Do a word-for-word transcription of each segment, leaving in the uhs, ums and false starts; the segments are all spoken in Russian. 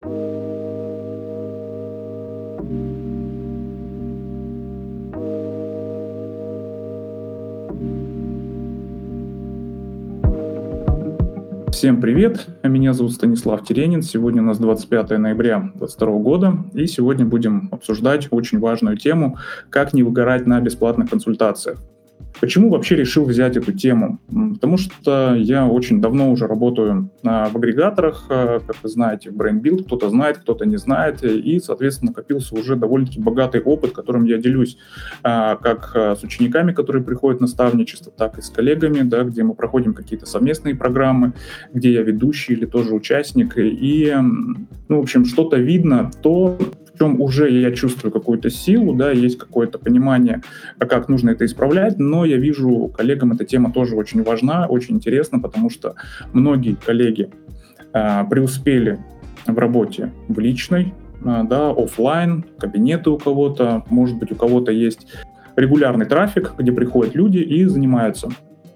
Всем привет, меня зовут Станислав Теренин, сегодня у нас двадцать пятое ноября две тысячи двадцать второго года, и сегодня будем обсуждать очень важную тему, как не выгорать на бесплатных консультациях. Почему вообще решил взять эту тему? Потому что я очень давно уже работаю в агрегаторах, как вы знаете, в BrainBuild, кто-то знает, кто-то не знает, и, соответственно, накопился уже довольно-таки богатый опыт, которым я делюсь как с учениками, которые приходят на наставничество, так и с коллегами, да, где мы проходим какие-то совместные программы, где я ведущий или тоже участник, и, ну, в общем, что-то видно, то, в чем уже я чувствую какую-то силу, да, есть какое-то понимание, как нужно это исправлять, но я вижу, коллегам эта тема тоже очень важна, очень интересна, потому что многие коллеги а, преуспели в работе в личной, а, да, офлайн, кабинеты у кого-то, может быть, у кого-то есть регулярный трафик, где приходят люди и занимаются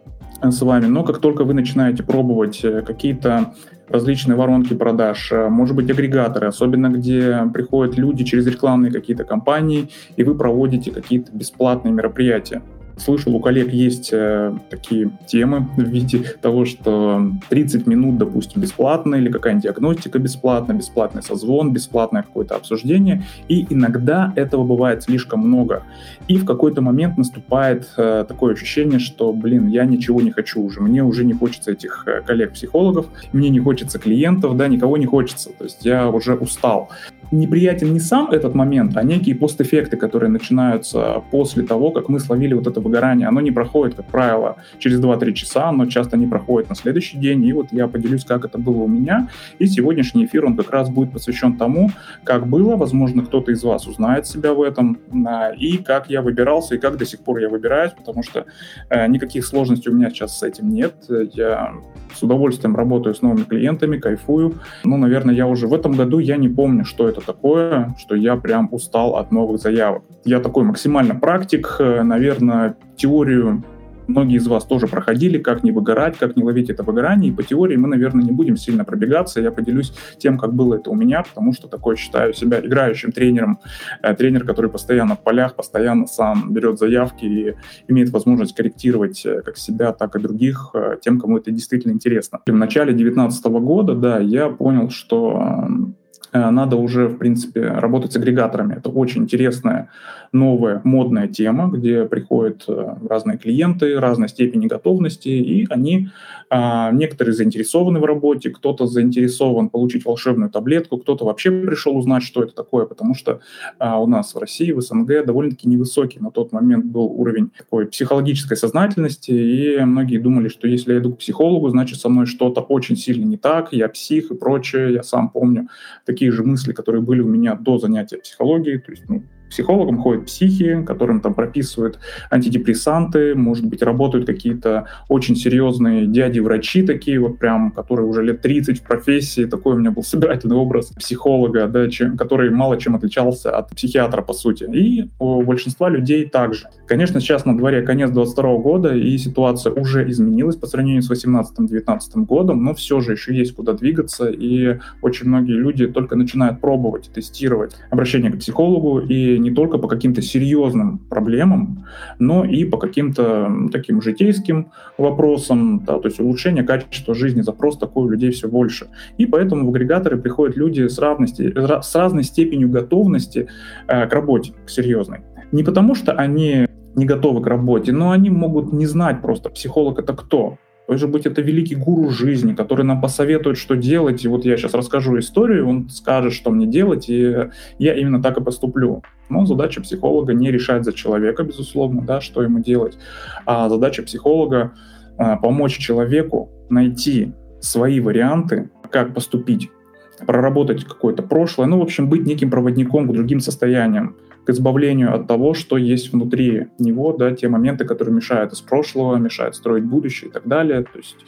с вами, но как только вы начинаете пробовать какие-то различные воронки продаж, может быть, агрегаторы, особенно где приходят люди через рекламные какие-то кампании, и вы проводите какие-то бесплатные мероприятия. Слышал, у коллег есть э, такие темы в виде того, что тридцать минут, допустим, бесплатно, или какая-нибудь диагностика бесплатна, бесплатный созвон, бесплатное какое-то обсуждение, и иногда этого бывает слишком много. И в какой-то момент наступает э, такое ощущение, что, блин, я ничего не хочу уже, мне уже не хочется этих э, коллег-психологов, мне не хочется клиентов, да, никого не хочется, то есть я уже устал. Неприятен не сам этот момент, а некие постэффекты, которые начинаются после того, как мы словили вот это выгорание. Оно не проходит, как правило, через два-три часа, оно часто не проходит на следующий день. И вот я поделюсь, как это было у меня. И сегодняшний эфир, он как раз будет посвящен тому, как было. Возможно, кто-то из вас узнает себя в этом. И как я выбирался, и как до сих пор я выбираюсь, потому что никаких сложностей у меня сейчас с этим нет. Я с удовольствием работаю с новыми клиентами, кайфую. Ну, наверное, я уже в этом году, я не помню, что это такое, что я прям устал от новых заявок. Я такой максимально практик, наверное, теорию многие из вас тоже проходили, как не выгорать, как не ловить это выгорание, и по теории мы, наверное, не будем сильно пробегаться, я поделюсь тем, как было это у меня, потому что такой считаю себя играющим тренером, тренер, который постоянно в полях, постоянно сам берет заявки и имеет возможность корректировать как себя, так и других, тем, кому это действительно интересно. В начале две тысячи девятнадцатого года, да, я понял, что надо уже, в принципе, работать с агрегаторами. Это очень интересная, новая, модная тема, где приходят разные клиенты разной степени готовности, и они, некоторые заинтересованы в работе, кто-то заинтересован получить волшебную таблетку, кто-то вообще пришел узнать, что это такое, потому что у нас в России, в СНГ довольно-таки невысокий на тот момент был уровень такой психологической сознательности, и многие думали, что если я иду к психологу, значит, со мной что-то очень сильно не так, я псих и прочее. Я сам помню такие же мысли, которые были у меня до занятия психологией, то есть, ну, психологам ходят психи, которым там прописывают антидепрессанты, может быть, работают какие-то очень серьезные дяди-врачи такие вот прям, которые уже лет тридцать в профессии, такой у меня был собирательный образ психолога, да, чем, который мало чем отличался от психиатра, по сути. И у большинства людей также. Конечно, сейчас на дворе конец двадцать второго года, и ситуация уже изменилась по сравнению с восемнадцатым-девятнадцатым годом, но все же еще есть куда двигаться, и очень многие люди только начинают пробовать, тестировать обращение к психологу, и не только по каким-то серьезным проблемам, но и по каким-то ну, таким житейским вопросам, да, то есть улучшение качества жизни, запрос такой у людей все больше. И поэтому в агрегаторы приходят люди с, равности, с разной степенью готовности э, к работе, к серьезной. Не потому что они не готовы к работе, но они могут не знать просто, психолог — это кто. Может быть, это великий гуру жизни, который нам посоветует, что делать. И вот я сейчас расскажу историю, он скажет, что мне делать, и я именно так и поступлю. Но задача психолога не решать за человека, безусловно, да, что ему делать, а задача психолога а, помочь человеку найти свои варианты, как поступить, проработать какое-то прошлое, ну, в общем, быть неким проводником к другим состояниям, к избавлению от того, что есть внутри него, да, те моменты, которые мешают из прошлого, мешают строить будущее и так далее. То есть,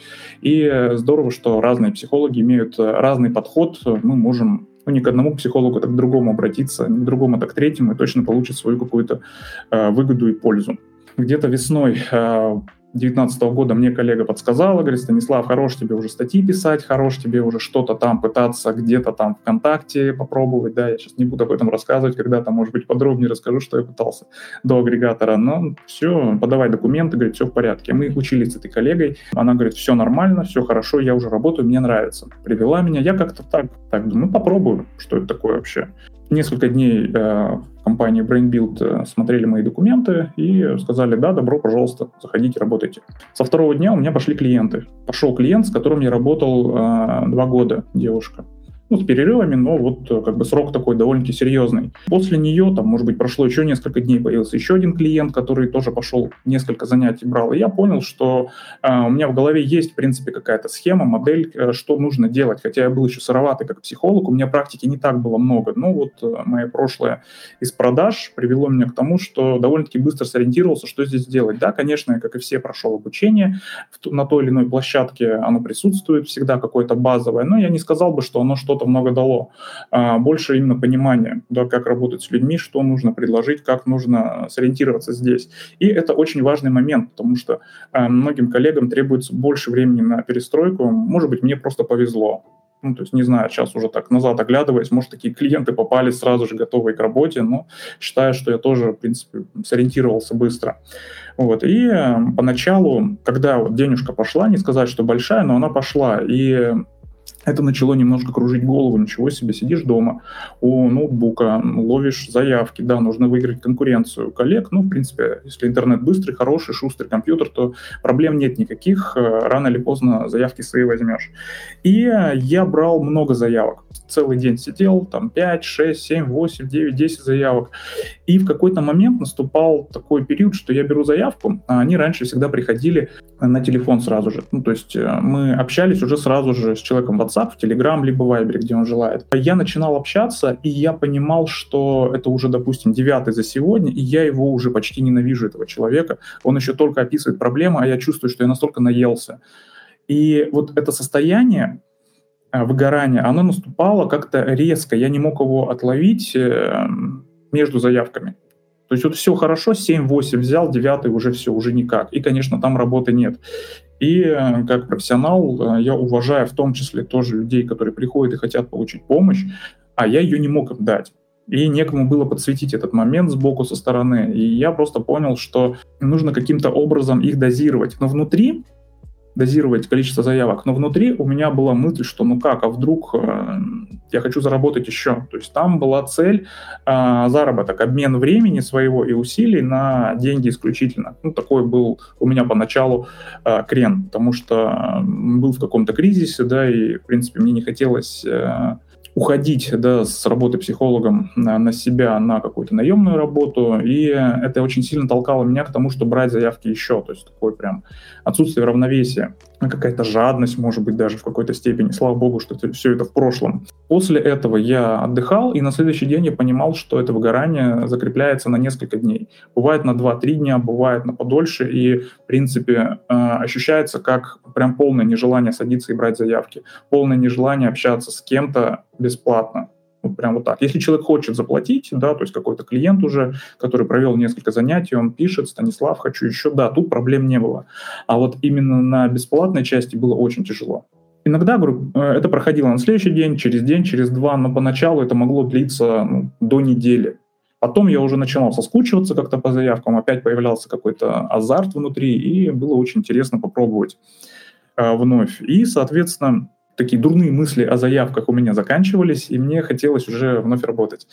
и здорово, что разные психологи имеют разный подход, мы можем ну, не к одному психологу, так к другому обратиться, не к другому, так к третьему, и точно получить свою какую-то э, выгоду и пользу. где-то весной две тысячи девятнадцатого года мне коллега подсказала, говорит: Станислав, хорош тебе уже статьи писать, хорош тебе уже что-то там пытаться где-то там ВКонтакте попробовать, да, я сейчас не буду об этом рассказывать, когда-то, может быть, подробнее расскажу, что я пытался до агрегатора, но все, подавай документы, говорит, все в порядке. Мы учились с этой коллегой, она говорит, все нормально, все хорошо, я уже работаю, мне нравится. Привела меня, я как-то так, так думаю, ну попробую, что это такое вообще. Несколько дней э, компании BrainBuild э, смотрели мои документы и сказали: да, добро, пожалуйста, заходите, работайте. Со второго дня у меня пошли клиенты. Пошел клиент, с которым я работал э, два года, девушка. Ну, с перерывами, но вот как бы срок такой довольно-таки серьезный. После нее, там, может быть, прошло еще несколько дней, появился еще один клиент, который тоже пошел, несколько занятий брал. И я понял, что э, у меня в голове есть, в принципе, какая-то схема, модель, э, что нужно делать. Хотя я был еще сыроватый как психолог, у меня практики не так было много. Но вот э, мое прошлое из продаж привело меня к тому, что довольно-таки быстро сориентировался, что здесь делать. Да, конечно, я, как и все, прошел обучение. В, на той или иной площадке оно присутствует, всегда какое-то базовое. Но я не сказал бы, что оно что-то много дало. А, больше именно понимания, да, как работать с людьми, что нужно предложить, как нужно сориентироваться здесь. И это очень важный момент, потому что а, многим коллегам требуется больше времени на перестройку. Может быть, мне просто повезло. Ну, то есть, не знаю, сейчас уже так назад оглядываясь, может, такие клиенты попались сразу же готовые к работе, но считаю, что я тоже, в принципе, сориентировался быстро. Вот. И э, поначалу, когда вот денежка пошла, не сказать, что большая, но она пошла, и это начало немножко кружить голову. Ничего себе, сидишь дома у ноутбука, ловишь заявки, да, нужно выиграть конкуренцию коллег. Ну, в принципе, если интернет быстрый, хороший, шустрый компьютер, то проблем нет никаких, рано или поздно заявки свои возьмешь. И я брал много заявок. Целый день сидел, там пять, шесть, семь, восемь, девять, десять заявок. И в какой-то момент наступал такой период, что я беру заявку, а они раньше всегда приходили на телефон сразу же. Ну, то есть мы общались уже сразу же с человеком в WhatsApp, в Telegram, либо в Viber, где он желает. Я начинал общаться, и я понимал, что это уже, допустим, девятый за сегодня, и я его уже почти ненавижу, этого человека. Он еще только описывает проблемы, а я чувствую, что я настолько наелся. И вот это состояние выгорания, оно наступало как-то резко. Я не мог его отловить между заявками. То есть вот все хорошо, семь-восемь взял, девятый уже все, уже никак. И, конечно, там работы нет. И как профессионал я уважаю в том числе тоже людей, которые приходят и хотят получить помощь, а я ее не мог им дать. И некому было подсветить этот момент сбоку, со стороны. И я просто понял, что нужно каким-то образом их дозировать. Но внутри дозировать количество заявок, но внутри у меня была мысль, что ну как, а вдруг э, я хочу заработать еще. То есть там была цель э, заработок, обмен времени своего и усилий на деньги исключительно. Ну такой был у меня поначалу э, крен, потому что был в каком-то кризисе, да, и в принципе мне не хотелось э, уходить, да, с работы психологом на, на себя, на какую-то наемную работу, и это очень сильно толкало меня к тому, что брать заявки еще, то есть такое прям отсутствие равновесия, какая-то жадность, может быть, даже в какой-то степени. Слава богу, что это, все это в прошлом. После этого я отдыхал, и на следующий день я понимал, что это выгорание закрепляется на несколько дней. Бывает на два-три дня, бывает на подольше, и, в принципе, ощущается как прям полное нежелание садиться и брать заявки, полное нежелание общаться с кем-то бесплатно. Вот прям вот так. Если человек хочет заплатить, да, то есть какой-то клиент уже, который провел несколько занятий, он пишет: Станислав, хочу еще, да, тут проблем не было. А вот именно на бесплатной части было очень тяжело. Иногда, говорю, это проходило на следующий день, через день, через два, но поначалу это могло длиться ну, до недели. Потом я уже начинал соскучиваться как-то по заявкам, опять появлялся какой-то азарт внутри, и было очень интересно попробовать э, вновь. И, соответственно, такие дурные мысли о заявках у меня заканчивались, и мне хотелось уже вновь работать.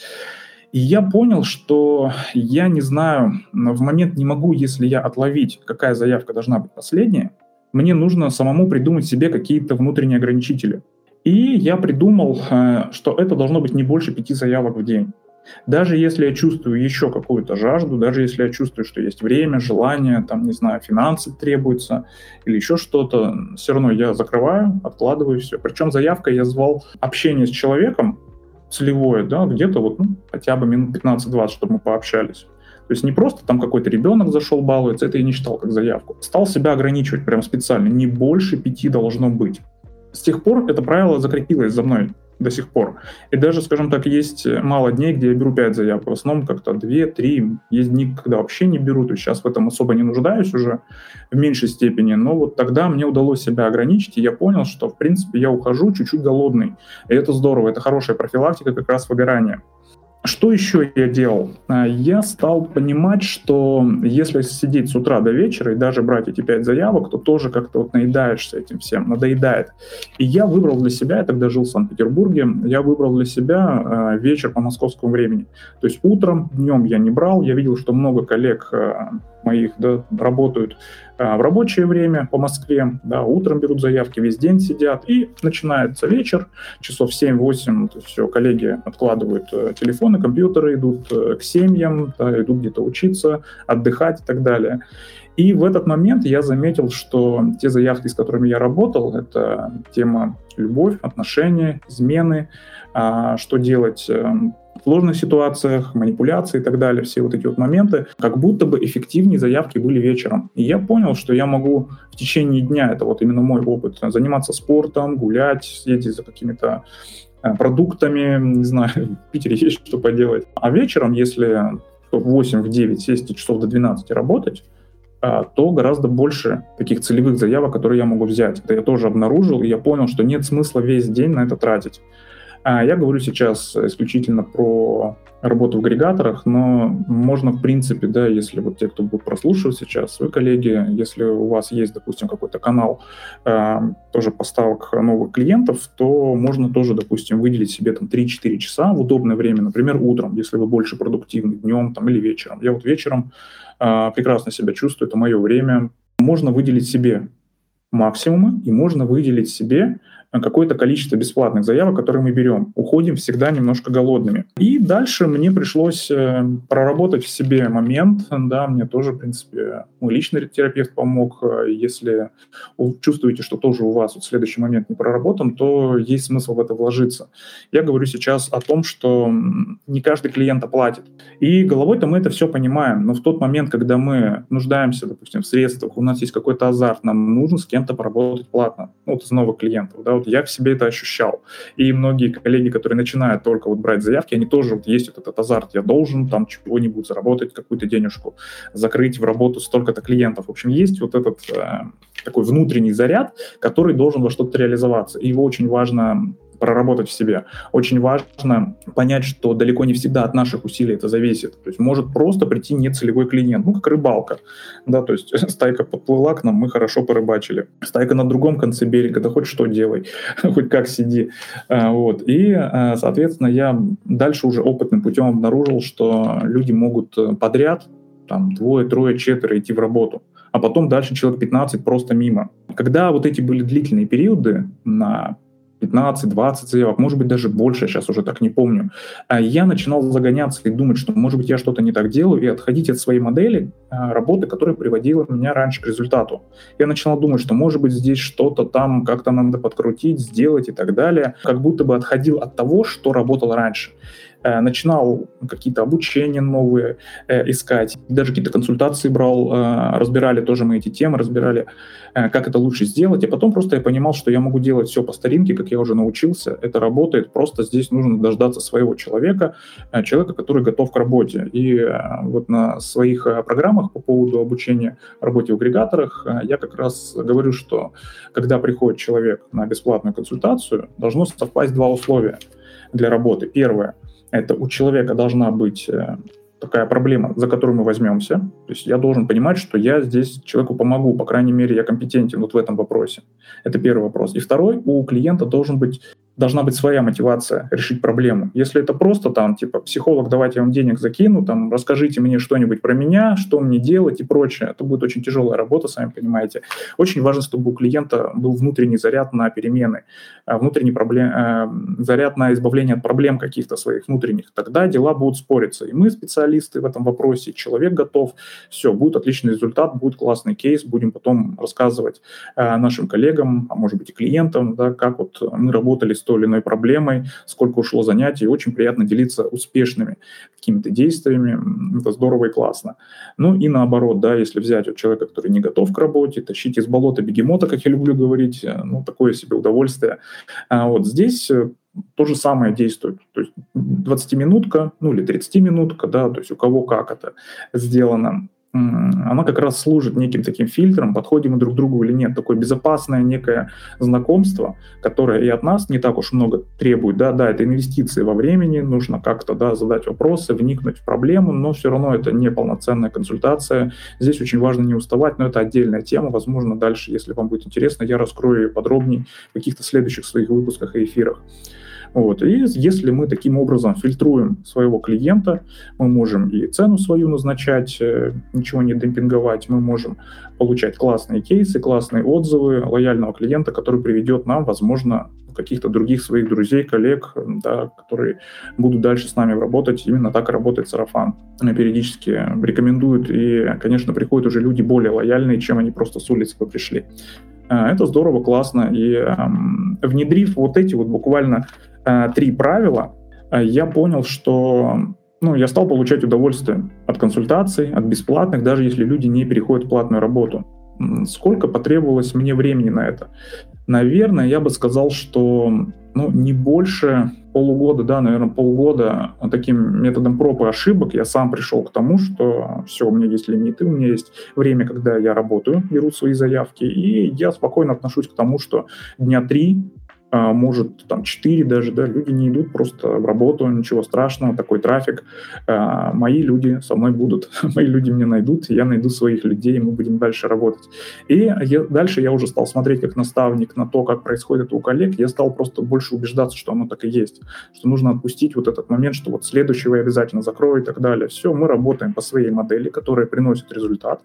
И я понял, что я не знаю, в момент не могу, если я отловить, какая заявка должна быть последняя, мне нужно самому придумать себе какие-то внутренние ограничители. И я придумал, что это должно быть не больше пяти заявок в день. Даже если я чувствую еще какую-то жажду, даже если я чувствую, что есть время, желание, там, не знаю, финансы требуются или еще что-то, все равно я закрываю, откладываю все. Причем заявкой я звал общение с человеком целевое, да, где-то вот ну, хотя бы минут пятнадцать-двадцать, чтобы мы пообщались. То есть не просто там какой-то ребенок зашел балуется, это я не считал как заявку. Стал себя ограничивать прям специально, не больше пяти должно быть. С тех пор это правило закрепилось за мной. до сих пор. И даже, скажем так, есть мало дней, где я беру пять заявок. В основном как-то две-три. Есть дни, когда вообще не беру. То есть сейчас в этом особо не нуждаюсь уже в меньшей степени. Но вот тогда мне удалось себя ограничить, и я понял, что, в принципе, я ухожу чуть-чуть голодный. И это здорово. Это хорошая профилактика как раз выгорания. Что еще я делал? Я стал понимать, что если сидеть с утра до вечера и даже брать эти пять заявок, то тоже как-то вот наедаешься этим всем, надоедает. И я выбрал для себя, я тогда жил в Санкт-Петербурге, я выбрал для себя вечер по московскому времени. То есть утром, днем я не брал, я видел, что много коллег моих, да, работают а, в рабочее время по Москве, да, утром берут заявки, весь день сидят, и начинается вечер, часов семь-восемь, все, коллеги откладывают э, телефоны, компьютеры, идут э, к семьям, да, идут где-то учиться, отдыхать и так далее. И в этот момент я заметил, что те заявки, с которыми я работал, это тема любовь, отношения, измены, а, что делать э, в сложных ситуациях, манипуляции и так далее, все вот эти вот моменты, как будто бы эффективнее заявки были вечером. И я понял, что я могу в течение дня, это вот именно мой опыт, заниматься спортом, гулять, съездить за какими-то продуктами, не знаю, в Питере есть что поделать. А вечером, если в восемь-девять сесть и часов до двенадцати работать, то гораздо больше таких целевых заявок, которые я могу взять. Это я тоже обнаружил, и я понял, что нет смысла весь день на это тратить. Я говорю сейчас исключительно про работу в агрегаторах, но можно, в принципе, да, если вот те, кто будет прослушивать сейчас, вы, коллеги, если у вас есть, допустим, какой-то канал э, тоже поставок новых клиентов, то можно тоже, допустим, выделить себе там три-четыре часа в удобное время, например, утром, если вы больше продуктивны, днем там, или вечером. Я вот вечером э, прекрасно себя чувствую, это мое время. Можно выделить себе максимумы, и можно выделить себе какое-то количество бесплатных заявок, которые мы берем. Уходим всегда немножко голодными. И дальше мне пришлось проработать в себе момент, да, мне тоже, в принципе, мой личный терапевт помог. Если вы чувствуете, что тоже у вас вот следующий момент не проработан, то есть смысл в это вложиться. Я говорю сейчас о том, что не каждый клиент оплатит. И головой-то мы это все понимаем, но в тот момент, когда мы нуждаемся, допустим, в средствах, у нас есть какой-то азарт, нам нужно с кем-то поработать платно, ну, вот из новых клиентов, да, вот я в себе это ощущал. И многие коллеги, которые начинают только вот брать заявки, они тоже вот есть вот этот азарт, я должен там чего-нибудь заработать, какую-то денежку, закрыть в работу столько-то клиентов. В общем, есть вот этот э, такой внутренний заряд, который должен во что-то реализоваться. И его очень важно проработать в себе. Очень важно понять, что далеко не всегда от наших усилий это зависит. То есть может просто прийти нецелевой клиент, ну, как рыбалка. Да, то есть стайка подплыла к нам, мы хорошо порыбачили. Стайка на другом конце берега, да хоть что делай, хоть как сиди. Вот. И, соответственно, я дальше уже опытным путем обнаружил, что люди могут подряд, там, двое, трое, четверо идти в работу, а потом дальше человек пятнадцать просто мимо. Когда вот эти были длительные периоды на пятнадцать-двадцать заявок, может быть, даже больше, я сейчас уже так не помню. Я начинал загоняться и думать, что, может быть, я что-то не так делаю, и отходить от своей модели работы, которая приводила меня раньше к результату. Я начинал думать, что, может быть, здесь что-то там как-то надо подкрутить, сделать и так далее. Как будто бы отходил от того, что работало раньше. Начинал какие-то обучения новые э, искать, даже какие-то консультации брал, э, разбирали тоже мы эти темы, разбирали, э, как это лучше сделать, а потом просто я понимал, что я могу делать все по старинке, как я уже научился, это работает, просто здесь нужно дождаться своего человека, э, человека, который готов к работе. И э, вот на своих э, программах по поводу обучения работе в агрегаторах э, я как раз говорю, что когда приходит человек на бесплатную консультацию, должно совпасть два условия для работы. Первое — это у человека должна быть э, такая проблема, за которую мы возьмемся. То есть я должен понимать, что я здесь человеку помогу, по крайней мере, я компетентен вот в этом вопросе. Это первый вопрос. И второй, у клиента должен быть, должна быть своя мотивация решить проблему. Если это просто там, типа, психолог, давайте я вам денег закину, там, расскажите мне что-нибудь про меня, что мне делать и прочее, это будет очень тяжелая работа, сами понимаете. Очень важно, чтобы у клиента был внутренний заряд на перемены, внутренний проблем, заряд на избавление от проблем каких-то своих внутренних. Тогда дела будут спориться. И мы специалисты в этом вопросе, человек готов, все, будет отличный результат, будет классный кейс, будем потом рассказывать нашим коллегам, а может быть и клиентам, да, как вот мы работали с той или иной проблемой, сколько ушло занятий, и очень приятно делиться успешными какими-то действиями, это здорово и классно. Ну и наоборот, да, если взять вот человека, который не готов к работе, тащить из болота бегемота, как я люблю говорить, ну такое себе удовольствие. А вот здесь то же самое действует. То есть двадцатиминутка, ну или тридцатиминутка, да, то есть у кого как это сделано, она как раз служит неким таким фильтром, подходим мы друг к другу или нет. Такое безопасное некое знакомство, которое и от нас не так уж много требует. Да, да, это инвестиции во времени, нужно как-то, да, задать вопросы, вникнуть в проблему, но все равно это не полноценная консультация. Здесь очень важно не уставать, но это отдельная тема. Возможно, дальше, если вам будет интересно, я раскрою ее подробнее в каких-то следующих своих выпусках и эфирах. Вот. И если мы таким образом фильтруем своего клиента, мы можем и цену свою назначать, ничего не демпинговать, мы можем получать классные кейсы, классные отзывы лояльного клиента, который приведет нам, возможно, каких-то других своих друзей, коллег, да, которые будут дальше с нами работать. Именно так и работает сарафан. Периодически рекомендуют, и, конечно, приходят уже люди более лояльные, чем они просто с улицы бы пришли. Это здорово, классно. И эм, внедрив вот эти вот буквально э, три правила, э, я понял, что ну, я стал получать удовольствие от консультаций, от бесплатных, даже если люди не переходят в платную работу. Сколько потребовалось мне времени на это? Наверное, я бы сказал, что ну, не больше полугода, да, наверное, полгода таким методом проб и ошибок я сам пришел к тому, что все, у меня есть лимиты, у меня есть время, когда я работаю, беру свои заявки, и я спокойно отношусь к тому, что дня три, а, может, там, четыре даже, да, люди не идут просто в работу, ничего страшного, такой трафик. А, мои люди со мной будут, мои люди меня найдут, я найду своих людей, и мы будем дальше работать. И я, дальше я уже стал смотреть как наставник на то, как происходит это у коллег, я стал просто больше убеждаться, что оно так и есть, что нужно отпустить вот этот момент, что вот следующего я обязательно закрою и так далее. Все, мы работаем по своей модели, которая приносит результат.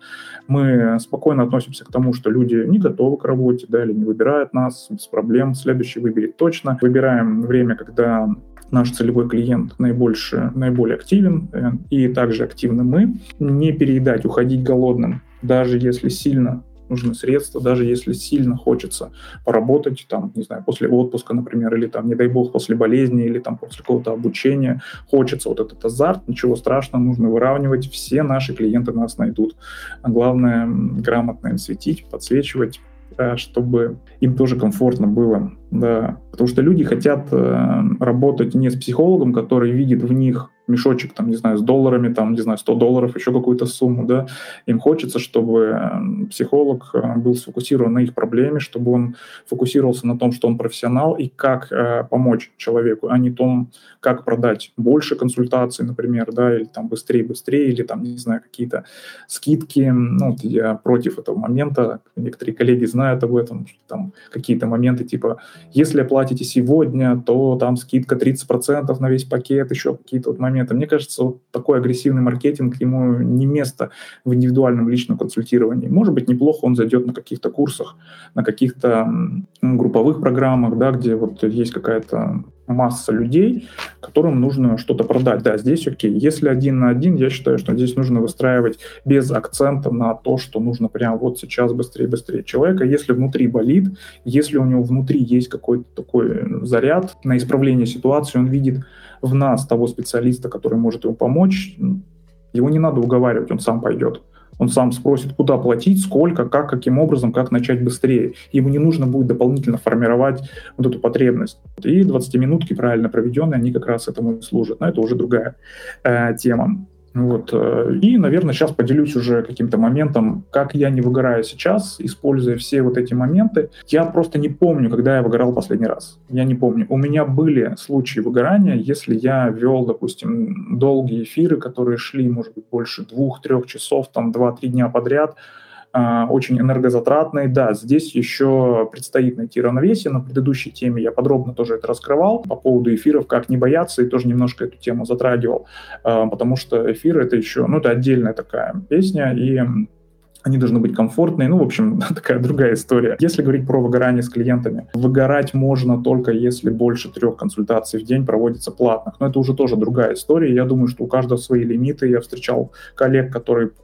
Мы спокойно относимся к тому, что люди не готовы к работе, да, или не выбирают нас без проблем. Следующий выберет точно. Выбираем время, когда наш целевой клиент наибольше, наиболее активен, и также активны мы. Не переедать, уходить голодным, даже если сильно нужны средства, даже если сильно хочется поработать, там, не знаю, после отпуска, например, или там, не дай бог, после болезни, или там после какого-то обучения, хочется вот этот азарт, ничего страшного, нужно выравнивать, все наши клиенты нас найдут. А главное, грамотно им светить, подсвечивать, чтобы им тоже комфортно было, да, потому что люди хотят э, работать не с психологом, который видит в них мешочек, там, не знаю, с долларами, там, не знаю, сто долларов, еще какую-то сумму, да, им хочется, чтобы психолог был сфокусирован на их проблеме, чтобы он фокусировался на том, что он профессионал и как э, помочь человеку, а не том, как продать больше консультаций, например, да, или там быстрее-быстрее, или там, не знаю, какие-то скидки, ну, я против этого момента, некоторые коллеги знают об этом, что там какие-то моменты, типа, если оплатите сегодня, то там скидка тридцать процентов на весь пакет, еще какие-то вот моменты. Мне кажется, вот такой агрессивный маркетинг, ему не место в индивидуальном личном консультировании. Может быть, неплохо он зайдет на каких-то курсах, на каких-то ну, групповых программах, да, где вот есть какая-то масса людей, которым нужно что-то продать. Да, здесь окей. Если один на один, я считаю, что здесь нужно выстраивать без акцента на то, что нужно прямо вот сейчас быстрее-быстрее. Человека, если внутри болит, если у него внутри есть какой-то такой заряд на исправление ситуации, он видит в нас того специалиста, который может ему помочь, его не надо уговаривать, он сам пойдет. Он сам спросит, куда платить, сколько, как, каким образом, как начать быстрее. Ему не нужно будет дополнительно формировать вот эту потребность. И двадцатиминутки правильно проведенные, они как раз этому и служат. Но это уже другая э, тема. Вот. И, наверное, сейчас поделюсь уже каким-то моментом, как я не выгораю сейчас, используя все вот эти моменты. Я просто не помню, когда я выгорал последний раз. Я не помню. У меня были случаи выгорания, если я вел, допустим, долгие эфиры, которые шли, может быть, больше двух-трех часов, там, два-три дня подряд, очень энергозатратные. Да, здесь еще предстоит найти равновесие. На предыдущей теме я подробно тоже это раскрывал по поводу эфиров, как не бояться, и тоже немножко эту тему затрагивал, потому что эфиры — это еще, ну, это отдельная такая песня, и они должны быть комфортные. Ну, в общем, такая другая история. Если говорить про выгорание с клиентами, выгорать можно только если больше трех консультаций в день проводится платных. Но это уже тоже другая история. Я думаю, что у каждого свои лимиты. Я встречал коллег, которые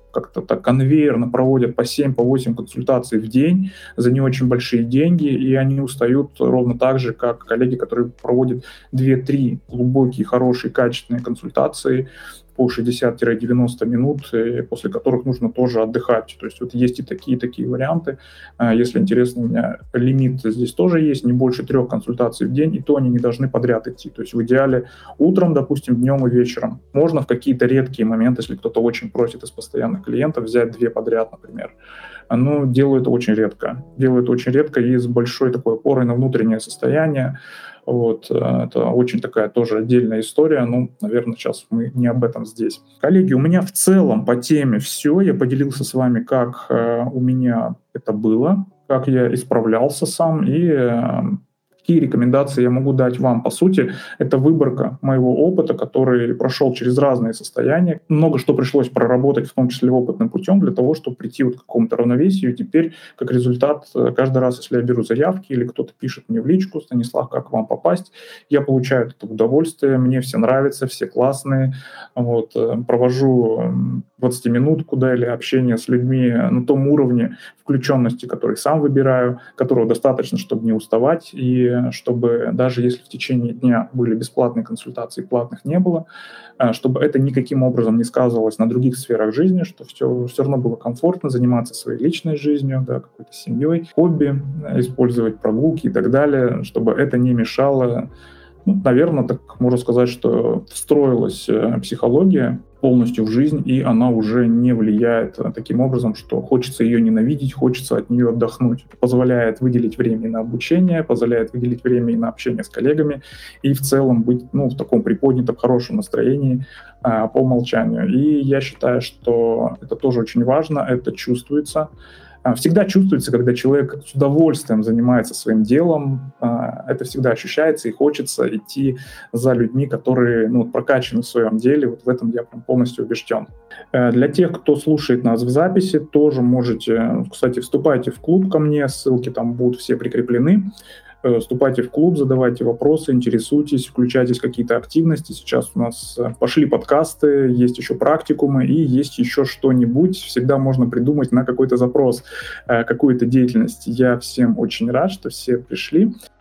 как-то так конвейерно проводят по семь, по восемь консультаций в день за не очень большие деньги, и они устают ровно так же, как коллеги, которые проводят две-три глубокие, хорошие, качественные консультации по шестьдесят-девяносто минут, после которых нужно тоже отдыхать. То есть вот есть и такие, и такие варианты. Если интересно, у меня лимит здесь тоже есть, не больше трех консультаций в день, и то они не должны подряд идти. То есть в идеале утром, допустим, днем и вечером. Можно в какие-то редкие моменты, если кто-то очень просит из постоянных клиентов, взять две подряд, например. Но делаю это очень редко. Делаю это очень редко и с большой такой опорой на внутреннее состояние. Вот, это очень такая тоже отдельная история, ну, наверное, сейчас мы не об этом здесь. Коллеги, у меня в целом по теме все. Я поделился с вами, как э, у меня это было, как я исправлялся сам и э, какие рекомендации я могу дать вам. По сути, это выборка моего опыта, который прошел через разные состояния. Много что пришлось проработать, в том числе опытным путем, для того, чтобы прийти вот к какому-то равновесию. И теперь, как результат, каждый раз, если я беру заявки или кто-то пишет мне в личку: Станислав, как к вам попасть, я получаю это удовольствие, мне все нравится, все классные. Вот, провожу двадцатиминутку, да, или общение с людьми на том уровне включенности, который сам выбираю, которого достаточно, чтобы не уставать, и чтобы даже если в течение дня были бесплатные консультации, платных не было, чтобы это никаким образом не сказывалось на других сферах жизни, что все, все равно было комфортно заниматься своей личной жизнью, да, какой-то семьей, хобби, использовать прогулки и так далее, чтобы это не мешало. Ну, наверное, так можно сказать, что встроилась психология полностью в жизнь, и она уже не влияет таким образом, что хочется ее ненавидеть, хочется от нее отдохнуть. Позволяет выделить время и на обучение, позволяет выделить время и на общение с коллегами, и в целом быть, ну, в таком приподнятом, хорошем настроении а, по умолчанию. И я считаю, что это тоже очень важно, это чувствуется. Всегда чувствуется, когда человек с удовольствием занимается своим делом, это всегда ощущается, и хочется идти за людьми, которые, ну, прокачаны в своем деле. Вот в этом я прям полностью убежден. Для тех, кто слушает нас в записи, тоже можете, кстати, вступайте в клуб ко мне, ссылки там будут все прикреплены. Вступайте в клуб, задавайте вопросы, интересуйтесь, включайтесь в какие-то активности. Сейчас у нас пошли подкасты, есть еще практикумы и есть еще что-нибудь. Всегда можно придумать на какой-то запрос, какую-то деятельность. Я всем очень рад, что все пришли.